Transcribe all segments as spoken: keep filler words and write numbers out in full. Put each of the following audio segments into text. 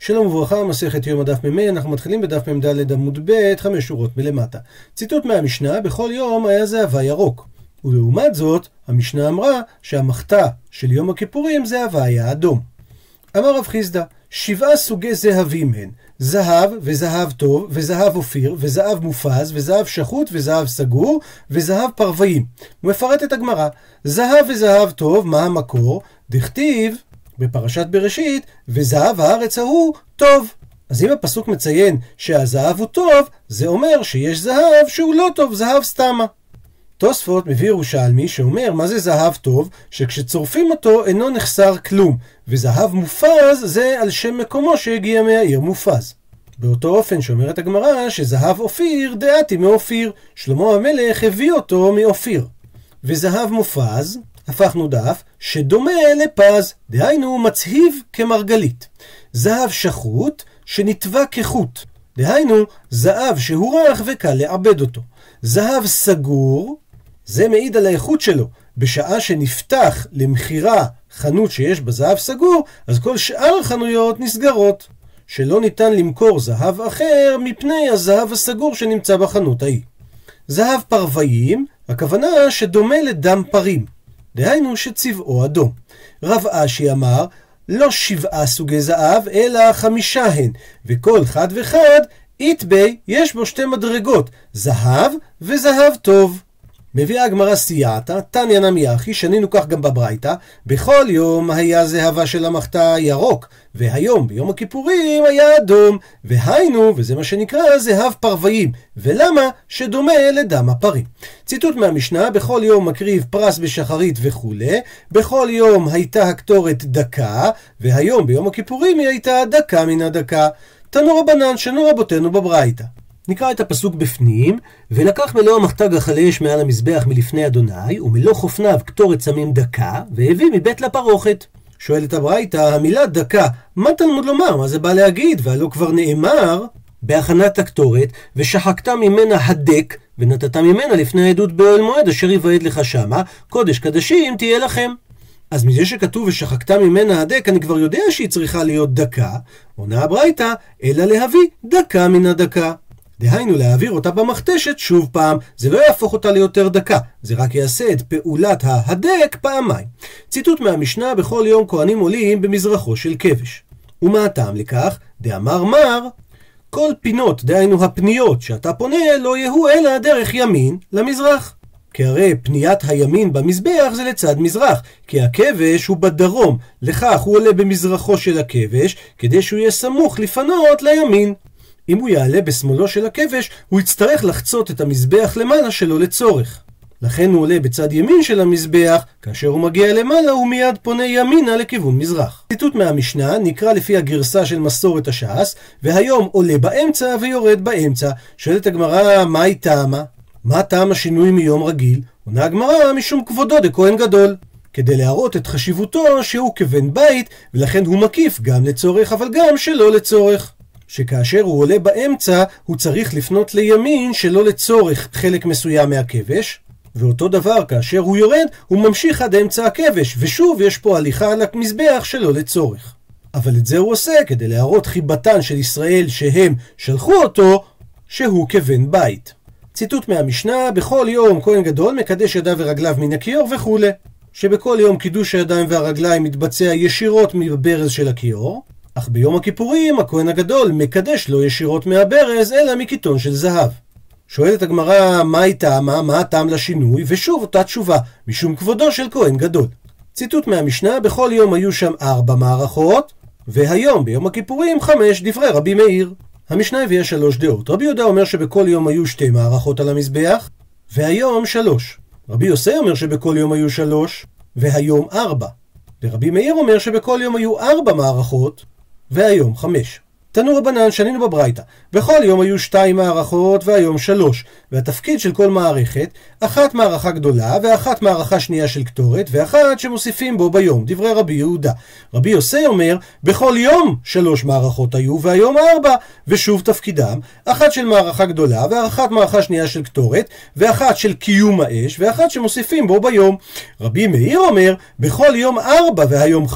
שלום וברכה, מסכת יום הדף מ"ה, אנחנו מתחילים בדף מ"ד עמוד ב', חמש שורות מלמטה. ציטוט מהמשנה, בכל יום היה זהבה ירוק. ולעומת זאת, המשנה אמרה שהמחתה של יום הכיפורים זה הוויה אדום. אמר רב חיסדא, שבעה סוגי זהבים הן, זהב וזהב טוב וזהב אופיר וזהב מופז וזהב שחוט וזהב סגור וזהב פרוויים. הוא מפרט את הגמרא, זהב וזהב טוב, מה המקור? דכתיב בפרשת בראשית, וזהב הארץ ההוא טוב. אז אם הפסוק מציין שהזהב הוא טוב, זה אומר שיש זהב שהוא לא טוב, זהב סתמה. תוספות מביא ירושלמי שאומר מה זה זהב טוב, שכשצורפים אותו אינו נחסר כלום, וזהב מופז זה על שם מקומו שהגיע מהעיר מופז. באותו אופן שאומרת הגמרא שזהב אופיר דעתי מאופיר, שלמה המלך הביא אותו מאופיר. וזהב מופז, הפכנו דף, שדומה לפז, דהיינו מצהיב כמרגלית. זהב שחוט שנטבע כחוט, דהיינו זהב שהוא רך וקל לעבד אותו. זהב סגור, זה מעיד על האיכות שלו. בשעה שנפתח למחירה חנות שיש בה זהב סגור, אז כל שאר החנויות נסגרות, שלא ניתן למכור זהב אחר מפני הזהב הסגור שנמצא בחנות ההיא. זהב פרוויים, הכוונה שדומה לדם פרים, דהיינו שצבעו אדום. רב אשי אמר, לא שבעה סוגי זהב, אלא חמישה הן, וכל חד וחד, איתבי, יש בו שתי מדרגות, זהב וזהב טוב. מביאה הגמרא סייעתא, תניא נמי אחי, שנינו כך גם בברייתא, בכל יום היה זהבה של המחתה ירוק, והיום ביום הכיפורים היה אדום, והיינו, וזה מה שנקרא זהב פרוויים, ולמה? שדומה לדם הפרים. ציטוט מהמשנה, בכל יום מקריב פרס בשחרית וכו', בכל יום הייתה הקטורת דקה, והיום ביום הכיפורים היא הייתה דקה מן הדקה. תנו רבנן, שנו רבותינו בברייתא. נקרא את הפסוק בפנים, ולקח מלוא המחתה גחלי אש מעל המזבח מלפני אדוני, ומלוא חופניו קטורת סמים דקה, והביא מבית לפרוכת. שואלת הברייתא, המילה דקה, מה תלמוד לומר? מה זה בא להגיד? והלא כבר נאמר בהכנת הקטורת, ושחקת ממנה הדק, ונתת ממנה לפני העדות באוהל מועד, אשר יוועד לך שמה, קודש קדשים תהיה לכם. אז מזה שכתוב ושחקת ממנה הדק, אני כבר יודע שהיא צריכה להיות דקה. עונה הברייתא, אלא להביא דקה מן הדקה. דהיינו להעביר אותה במכתשת שוב פעם, זה לא יהפוך אותה ליותר דקה, זה רק יעשה את פעולת ההדק פעמיים. ציטוט מהמשנה, בכל יום כהנים עולים במזרחו של כבש. ומה הטעם לכך? דאמר מר, כל פינות, דהיינו הפניות שאתה פונה, לא יהיו אלא דרך ימין למזרח. כי הרי פניית הימין במזבח זה לצד מזרח, כי הכבש הוא בדרום, לכך הוא עולה במזרחו של הכבש, כדי שהוא יהיה סמוך לפנות לימין. אם הוא יעלה בשמאלו של הכבש, הוא יצטרך לחצות את המזבח למעלה שלו לצורך. לכן הוא עולה בצד ימין של המזבח, כאשר הוא מגיע למעלה הוא מיד פונה ימינה לכיוון מזרח. ציטוט מהמשנה נקרא לפי הגרסה של מסורת הש"ס, והיום עולה באמצע ויורד באמצע. שואלת הגמרא, מה היא טעמה? מה טעם השינוי מיום רגיל? עונה הגמרא, משום כבודו דכהן גדול. כדי להראות את חשיבותו שהוא כבן בית, ולכן הוא מקיף גם לצורך אבל גם שלא לצורך. שכאשר הוא עולה באמצע, הוא צריך לפנות לימין שלא לצורך חלק מסוים מהכבש, ואותו דבר כאשר הוא יורד, הוא ממשיך עד אמצע הכבש, ושוב יש פה הליכה על המזבח שלא לצורך. אבל את זה הוא עושה כדי להראות חיבתן של ישראל שהם שלחו אותו, שהוא כבן בית. ציטוט מהמשנה, בכל יום כהן גדול מקדש ידיו ורגליו מן הכיור וכו'. שבכל יום קידוש הידיים והרגליים מתבצע ישירות מברז של הכיור, אך ביום הכיפורים הכהן הגדול מקדש לו ישירות מהברז אלא מקיטון של זהב. שואלת הגמרא, מה היא טעמה? מה הטעם לשינוי? ושוב אותה תשובה, משום כבודו של כהן גדול. ציטוט מהמשנה, בכל יום היו שם ארבע מערכות, והיום ביום הכיפורים חמש, דברי רבי מאיר. המשנה הביאה שלוש דעות. רבי יהודה אומר שבכל יום היו שתי מערכות על המזבח, והיום שלוש. רבי יוסי אומר שבכל יום היו שלוש, והיום ארבע. ורבי מאיר אומר שבכל יום היו ארבע מערכות, והיום חמש. תנו רבנן, שנינו בברייתא, בכל יום היו שתיים מערכות והיום שלוש, והתפקיד של כל מערכת, אחת מערכה גדולה ואחת מערכה שנייה של קטורת, ואחת שמוסיפים בו ביום, דברי רבי יהודה. רבי יוסי אומר, בכל יום שלוש מערכות היו והיום ארבע, ושוב תפקידם, אחת של מערכה גדולה ואחת מערכה שנייה של קטורת, ואחת של קיום האש, ואחת שמוסיפים בו ביום. רבי מאיר אומר, בכל יום ארבע והיום חמש,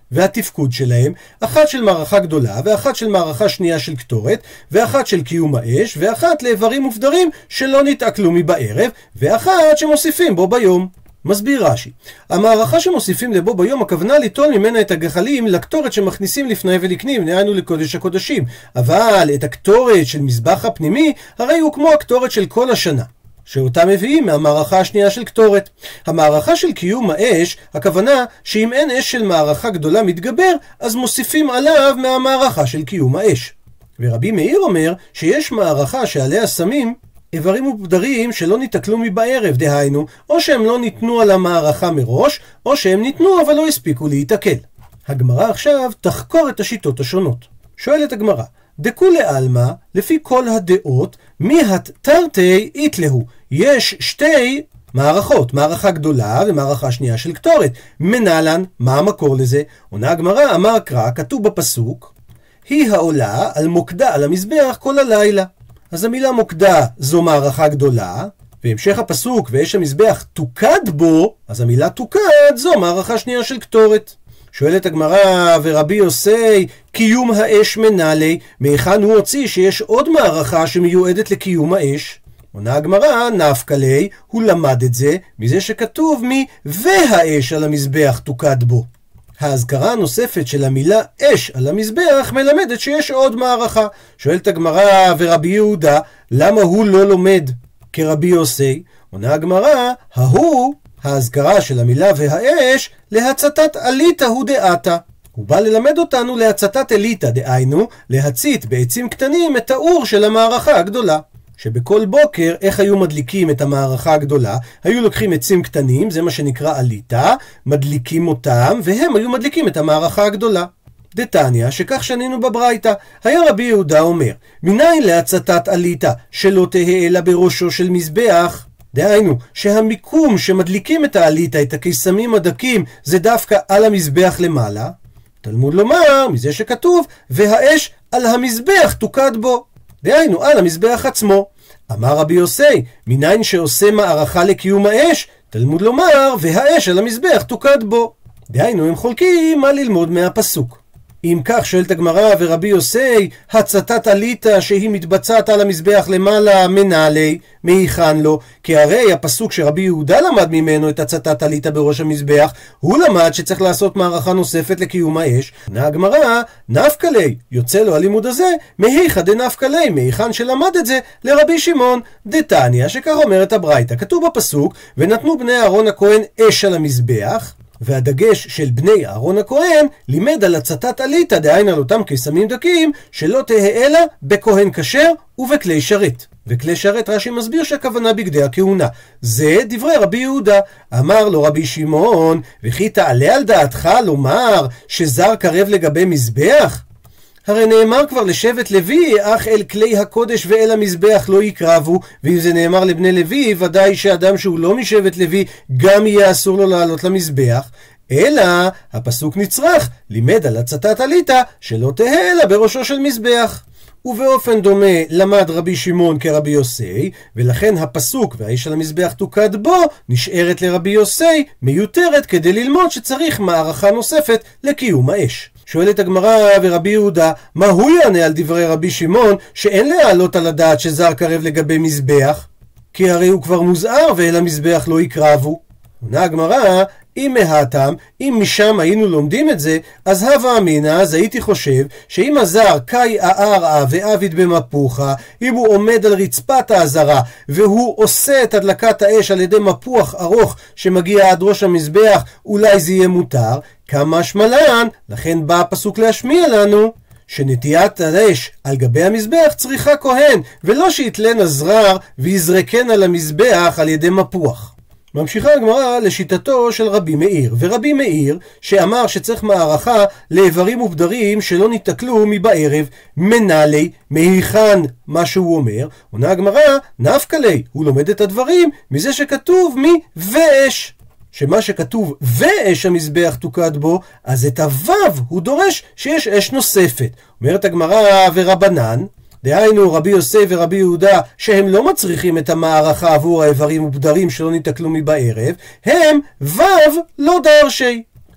והתפקוד שלהם, אחת של מערכה גדולה ואחת של מערכה שנייה של קטורת, ואחת של קיום האש, ואחת לאיברים ופדרים שלא נתעכלו מבערב, ואחת שמוסיפים בו ביום. מסביר רש"י, המערכה שמוסיפים לבו ביום הכוונה ליטול ממנה את הגחלים לקטורת שמכניסים לפני ולקנים, דהיינו לקודש הקודשים, אבל את הקטורת של מזבח הפנימי הרי הוא כמו הקטורת של כל השנה, שאותה מביאים מהמערכה השנייה של קטורת. המערכה של קיום האש, הכוונה שאם אין אש של מערכה גדולה מתגבר, אז מוסיפים עליו מהמערכה של קיום האש. ורבי מאיר אומר שיש מערכה שעליה שמים איברים ופדרים שלא ניתקלו מבערב, דהיינו, או שהם לא ניתנו על המערכה מראש, או שהם ניתנו אבל לא הספיקו להתעכל. הגמרא עכשיו תחקור את השיטות השונות. שואלת הגמרא, דכולי עלמא, לפי כל הדעות, מי התרתי איתלהו? יש שתי מערכות, מערכה גדולה ומערכה שנייה של קטורת. מנהלן, מה המקור לזה? עונה הגמרא, אמר קרא, כתוב בפסוק, היא העולה על מוקדה על המזבח כל הלילה. אז המילה מוקדה זו מערכה גדולה, והמשך הפסוק ואש המזבח תוקד בו, אז המילה תוקד זו מערכה שנייה של קטורת. שואלת הגמרא, ורבי יוסי, קיום האש מנהלי, מהיכן הוא הוציא שיש עוד מערכה שמיועדת לקיום האש? עונה הגמרא, נפקא ליה, הוא למד את זה מזה שכתוב מי והאש על המזבח תוקד בו. ההזכרה הנוספת של המילה אש על המזבח מלמדת שיש עוד מערכה. שואלת הגמרא, ורבי יהודה, למה הוא לא לומד כרבי יוסי? עונה הגמרא, ההוא, ההזכרה של המילה והאש, להצתת אליטה הוא דעתה. הוא בא ללמד אותנו להצתת אליטה, דהיינו, להצית בעצים קטנים את האור של המערכה הגדולה. שבכל בוקר, איך היו מדליקים את המערכה הגדולה? היו לוקחים עצים קטנים, זה מה שנקרא אליטה, מדליקים אותם, והם היו מדליקים את המערכה הגדולה. דתניא, שכך שנינו בברייתא, היה רבי יהודה אומר, מניין להצתת אליטה, שלא תהא אלא בראשו של מזבח? דהיינו, שהמיקום שמדליקים את האליטה, את הקיסמים הדקים, זה דווקא על המזבח למעלה. תלמוד לומר, מזה שכתוב, והאש על המזבח תוקד בו. דהיינו, על המזבח עצמו. אמר רבי יוסי, מניין שעושה מערכה לקיום האש? תלמוד לומר, והאש על המזבח תוקד בו. דהיינו, הם חולקים מה ללמוד מהפסוק. אם כך שואלת הגמרא, ורבי יוסי, הצתת אליטה שהיא מתבצעת על המזבח למעלה מנהלי, מהיכן לו? כי הרי הפסוק שרבי יהודה למד ממנו את הצתת אליטה בראש המזבח, הוא למד שצריך לעשות מערכה נוספת לקיום האש. עונה הגמרא, נפקא ליה, יוצא לו הלימוד הזה, מהיכא דנפקא ליה, מהיכן שלמד את זה לרבי שמעון. דתניא, שכך אומרת הברייתא, כתוב בפסוק, ונתנו בני אהרון הכהן אש על המזבח, והדגש של בני אהרון הכהן לימד על הצתת אליטה, דהיינו על אותם קיסמים דקים, שלא תהא אלא בכהן כשר ובכלי שרת. וכלי שרת רש"י מסביר שהכוונה בגדי הכהונה. זה דברי רבי יהודה. אמר לו רבי שמעון, וכי תעלה על דעתך לומר שזר קרב לגבי מזבח? הרי נאמר כבר לשבט לוי, אך אל כלי הקודש ואל המזבח לא יקרבו, ואם זה נאמר לבני לוי, ודאי שאדם שהוא לא משבט לוי, גם יהיה אסור לו לעלות למזבח. אלא, הפסוק נצרך, לימד על הצתת אליטה, שלא תהא אלא בראשו של מזבח. ובאופן דומה למד רבי שמעון כרבי יוסי, ולכן הפסוק והאש על המזבח תוקד בו נשארת לרבי יוסי מיותרת כדי ללמוד שצריך מערכה נוספת לקיום האש. שואלת הגמרא, ורבי יהודה, מה הוא יענה על דברי רבי שמעון שאין להעלות על הדעת שזר קרב לגבי מזבח? כי הרי הוא כבר מוזהר ואל המזבח לא יקרבו. עונה הגמרא, אם מהתם, אם משם היינו לומדים את זה, אז הווה אמינא, אז הייתי חושב שאם הזר קאי אערא ועביד במפוחה, אם הוא עומד על רצפת העזרה והוא עושה את הדלקת האש על ידי מפוח ארוך שמגיע עד ראש המזבח, אולי זה יהיה מותר. כמה שמלן, לכן בא הפסוק להשמיע לנו שנטיית האש על גבי המזבח צריכה כהן, ולא שיתלן הזרר ויזרקן על המזבח על ידי מפוח. ממשיכה הגמרא לשיטתו של רבי מאיר, ורבי מאיר שאמר שצריך מערכה לאיברים ובדרים שלא ניתקלו מבערב, מנהלי, מהיכן מה שהוא אומר? עונה הגמרא, נפקא ליה, הוא לומד את הדברים מזה שכתוב מי ואש, שמה שכתוב ואש המזבח תוקד בו, אז את הוו הוא דורש שיש אש נוספת. אומרת הגמרא, ורבנן, דהיינו רבי יוסי ורבי יהודה, שהם לא מצריכים את המערכה עבור האיברים ובדרים שלא ניתקלו מבערב, הם וו לא דרשי.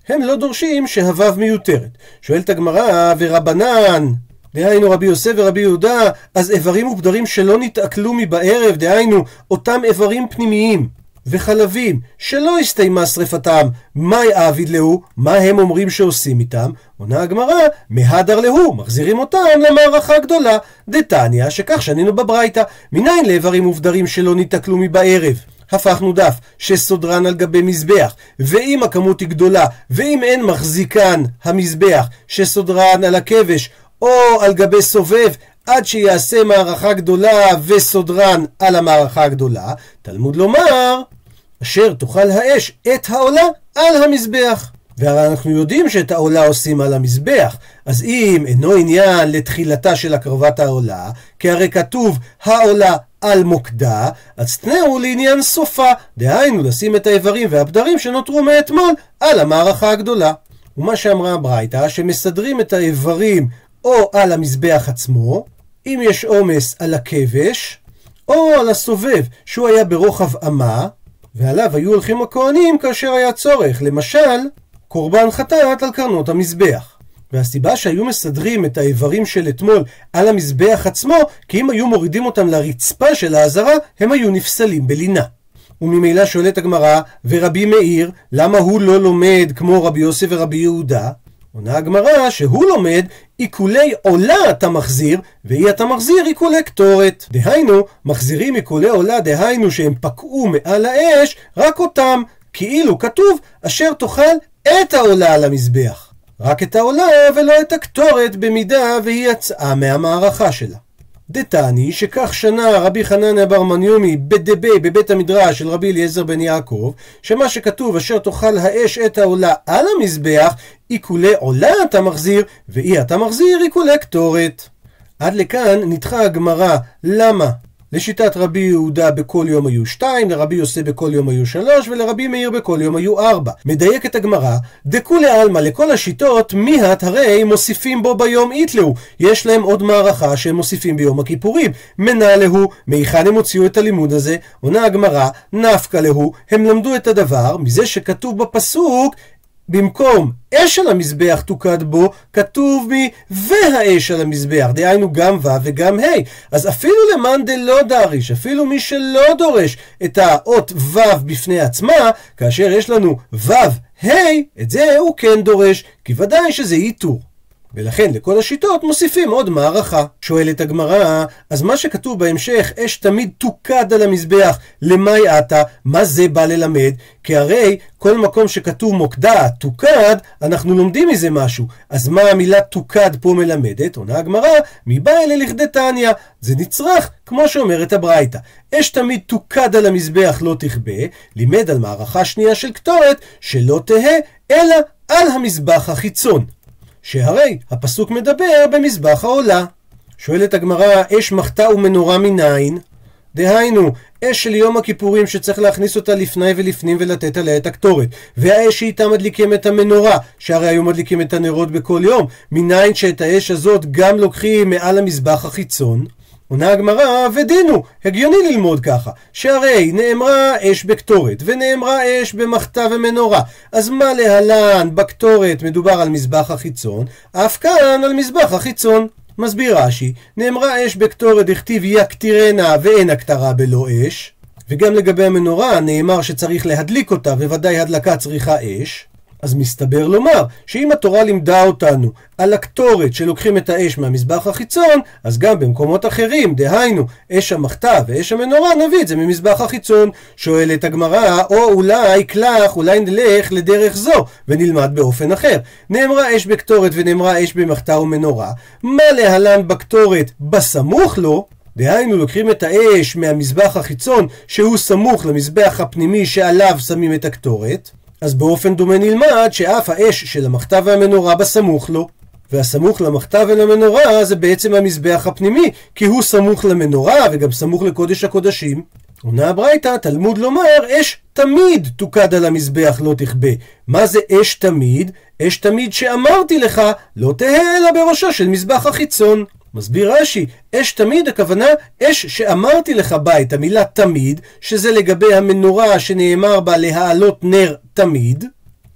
הם לא דורשים שהוו מיותרת. שואלת הגמרא, ורבנן, דהיינו רבי יוסף ורבי יהודה, אז איברים ובדרים שלא נתעכלו מבערב, דהיינו אותם איברים פנימיים וחלבים שלא הסתיימה שריפתם, מה יעביד להו? מה הם אומרים שעושים איתם? עונה הגמרא, מהדר להו, מחזירים אותם למערכה הגדולה. דתניא, שכך שנינו בברייתא, מניין לאיברים ובדרים שלא נתעכלו מבערב? הפכנו דף שסודרן על גבי מזבח, ואם הכמות היא גדולה, ואם אין מחזיקן המזבח שסודרן על הכבש או על גבי סובב, עד שיעשה מערכה גדולה וסודרן על המערכה הגדולה, תלמוד לומר, אשר תאכל האש את העולה על המזבח. והרי אנחנו יודעים שאת העולה עושים על המזבח, אז אם אינו עניין לתחילתה של הקרבת העולה, כי הרי כתוב העולה על מוקדה, אז תנאו לעניין סופה, דהיינו לשים את האיברים והבדרים שנותרו מאתמול על המערכה הגדולה. ומה שאמרה הברייתא, שמסדרים את האיברים או על המזבח עצמו, אם יש עומס על הכבש, או על הסובב שהוא היה ברוחב אמה, ועליו היו הולכים הכהנים כאשר היה צורך, למשל קורבן חטאת על קרנות המזבח. והסיבה שהיו מסדרים את האיברים של אתמול על המזבח עצמו, כי אם היו מורידים אותם לרצפה של העזרה, הם היו נפסלים בלינה. וממילא שואלת הגמרא, ורבי מאיר, למה הוא לא לומד כמו רבי יוסף ורבי יהודה? עונה הגמרא שהוא לומד עיקולי עולה אתה מחזיר, ואי אתה מחזיר עיקולי קטורת. דהיינו, מחזירים עיקולי עולה, דהיינו שהם פקעו מעל האש, רק אותם, כאילו כתוב, אשר תאכל את העולה על המזבח. רק את העולה ולא את הקטורת, במידה והיא יצאה מהמערכה שלה. דתני, שכך שנה רבי חנניה בר מניומי בדבי בבית המדרש של רבי אליעזר בן יעקב, שמה שכתוב אשר תאכל האש את העולה על המזבח, עיקולי עולה אתה מחזיר, ואי אתה מחזיר עיקולי קטורת. עד לכאן נדחה הגמרא למה לשיטת רבי יהודה בכל יום היו שתיים, לרבי יוסף בכל יום היו שלוש, ולרבי מאיר בכל יום היו ארבע. מדייקת הגמרא, דכולי עלמא לכל השיטות מיהת הרי מוסיפים בו ביום איתלהו. יש להם עוד מערכה שהם מוסיפים ביום הכיפורים. מנהלהו, מהיכן הם הוציאו את הלימוד הזה? עונה הגמרא, נפקא להו, הם למדו את הדבר מזה שכתוב בפסוק, במקום אש על המזבח תוקד בו, כתוב מי והאש על המזבח, דהיינו גם ו' וגם ה'. אז אפילו למאן דלא דריש, אפילו מי שלא דורש את האות ו' בפני עצמה, כאשר יש לנו ו' ה', את זה הוא כן דורש, כי ודאי שזה איתור. ולכן לכל השיטות מוסיפים עוד מערכה. שואלת הגמרא, אז מה שכתוב בהמשך, אש תמיד תוקד על המזבח, למאי עתה, מה זה בא ללמד? כי הרי כל מקום שכתוב מוקדה, תוקד, אנחנו לומדים מזה משהו. אז מה המילה תוקד פה מלמדת? עונה הגמרא, מבא אלה לכדי תניא, זה נצרך כמו שאומרת הברייתא. אש תמיד תוקד על המזבח לא תכבה, לימד על מערכה שנייה של קטורת, שלא תהה, אלא על המזבח החיצון. שהרי הפסוק מדבר במזבח העולה. שואלת הגמרא, אש מחתה ומנורה מניין? דהיינו, אש של יום הכיפורים שצריך להכניס אותה לפני ולפנים ולתת עליה את הקטורת, והאש שאיתה מדליקים את המנורה, שהרי היו מדליקים את הנרות בכל יום, מניין שאת האש הזאת גם לוקחים מעל המזבח החיצון? עונה הגמרא, ודינו, הגיוני ללמוד ככה, שהרי נאמרה אש בקטורת, ונאמרה אש במחתה ומנורה, אז מה להלן בקטורת מדובר על מזבח החיצון, אף כאן על מזבח החיצון. מסביר רש"י, נאמרה אש בקטורת דכתיב יקטירנה ואין הקטרה בלא אש, וגם לגבי המנורה נאמר שצריך להדליק אותה, וודאי הדלקה צריכה אש. אז מסתבר לומר שאם התורה לימדה אותנו על הקטורת שלוקחים את האש מהמזבח החיצון, אז גם במקומות אחרים, דהיינו אש המחתה ואש המנורה, נביא את זה ממזבח החיצון. שואלת הגמרא, או אולי כלך, אולי נלך לדרך זו ונלמד באופן אחר. נאמרה אש בקטורת ונאמרה אש במחתה ומנורה, מה להלן בקטורת בסמוך לו? דהיינו לוקחים את האש מהמזבח החיצון שהוא סמוך למזבח הפנימי שעליו שמים את הקטורת, אז באופן דומה נלמד שאף האש של המחתה והמנורה בסמוך לו, והסמוך למחתה ולמנורה זה בעצם המזבח הפנימי, כי הוא סמוך למנורה וגם סמוך לקודש הקודשים. עונה הברייתא, תלמוד לומר אש תמיד תוקד על המזבח לא תכבה. מה זה אש תמיד? אש תמיד שאמרתי לך לא תהה אלא בראשו של מזבח החיצון. מסביר רש"י, אש תמיד הכוונה אש שאמרתי לך בה, את המילה תמיד, שזה לגבי המנורה שנאמר בה להעלות נר תמיד,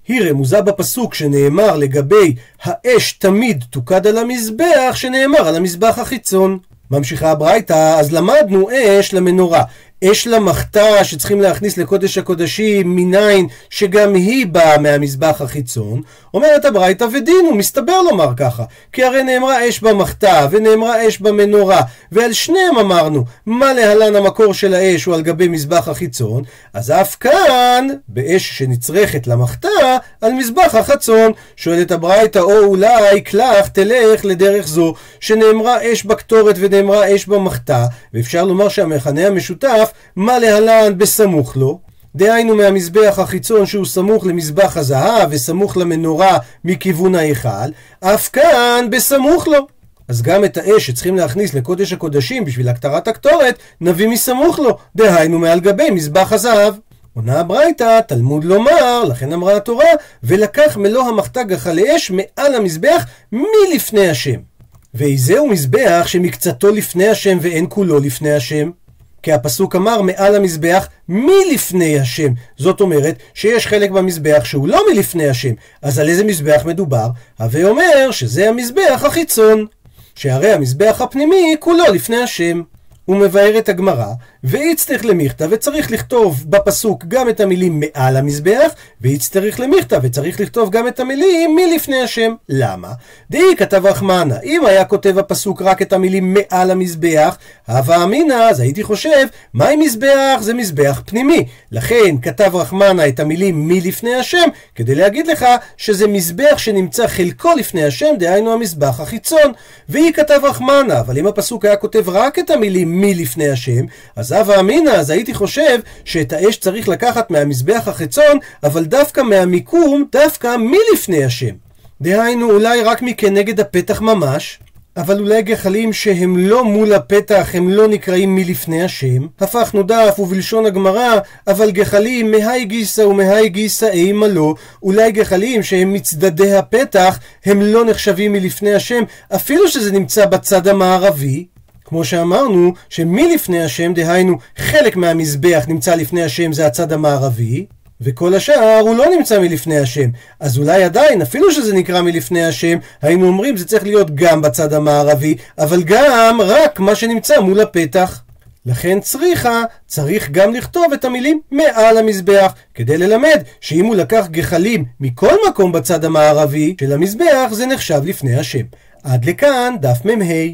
היא רמוזה בפסוק שנאמר לגבי האש תמיד תוקד על המזבח, שנאמר על המזבח החיצון. ממשיכה הברייתא, אז למדנו אש למנורה, אש למחתה שצריכים להכניס לקודש הקודשים, מניין שגם היא באה מהמזבח החיצון. אומרת הברייתא ודין, הוא מסתבר לומר ככה, כי הרי נאמרה אש במחתה ונאמרה אש במנורה, ועל שניהם אמרנו מה להלן המקור של האש הוא על גבי מזבח החיצון, אז אף כאן באש שנצרכת למחתה על מזבח החצון. שואלת הברייתא, או אולי כלך תלך לדרך זו שנאמרה אש בקטורת ונאמרה אש במחתה, ואפשר לומר שהמכנה המשותף מה להלן בסמוך לו, דהיינו מהמזבח החיצון שהוא סמוך למזבח הזהב וסמוך למנורה מכיוון ההיכל, אף כאן בסמוך לו. אז גם את האש שצריכים להכניס לקודש הקודשים בשביל הקטרת הקטורת נביא מסמוך לו, דהיינו מעל גבי מזבח הזהב. עונה הברייתא, תלמוד לומר, לכן אמרה התורה, ולקח מלוא המחתה גחלי אש מעל המזבח מלפני השם. ואיזהו מזבח שמקצתו לפני השם ואין כולו לפני השם? כי הפסוק אמר מעל המזבח מלפני השם, זאת אומרת שיש חלק במזבח שהוא לא מלפני השם. אז על איזה מזבח מדובר? הווה אומר שזה המזבח החיצון, שהרי המזבח הפנימי כולו לפני השם. הוא מבאר את הגמרא, ויצטרך למכתב, וצריך לכתוב בפסוק גם את המילים מעל המזבח, ויצטרך למכתב, וצריך לכתוב גם את המילים מלפני השם. למה? דאי כתב רחמנה, אם היה כותב הפסוק רק את המילים מעל המזבח, הווה אמינא, אז הייתי חושב, מהי מזבח? זה מזבח פנימי. לכן כתב רחמנה את המילים מלפני השם, כדי להגיד לך שזה מזבח שנמצא חלקו לפני השם, דהיינו המזבח החיצון. והיא כתב רחמנה, אבל אם הפסוק היה כותב רק את המילים מלפני השם, אז הווה אמינא, אז הייתי חושב שאת האש צריך לקחת מהמזבח החיצון, אבל דווקא מהמיקום, דווקא מלפני השם. דהיינו אולי רק מכנגד הפתח ממש, אבל אולי גחלים שהם לא מול הפתח, הם לא נקראים מלפני השם. הפכנו דף ובלשון הגמרא, אבל גחלים מהי גיסא ומהי גיסא אימה לא, אולי גחלים שהם מצדדי הפתח, הם לא נחשבים מלפני השם, אפילו שזה נמצא בצד המערבי. כמו שאמרנו, שמלפני השם, דהיינו חלק מהמזבח נמצא לפני השם, זה הצד המערבי, וכל השאר הוא לא נמצא מלפני השם. אז אולי עדיין, אפילו שזה נקרא מלפני השם, היינו אומרים זה צריך להיות גם בצד המערבי, אבל גם רק מה שנמצא מול הפתח. לכן צריכה, צריך גם לכתוב את המילים מעל המזבח, כדי ללמד שאם הוא לקח גחלים מכל מקום בצד המערבי של המזבח, זה נחשב לפני השם. עד לכאן דף ממהי.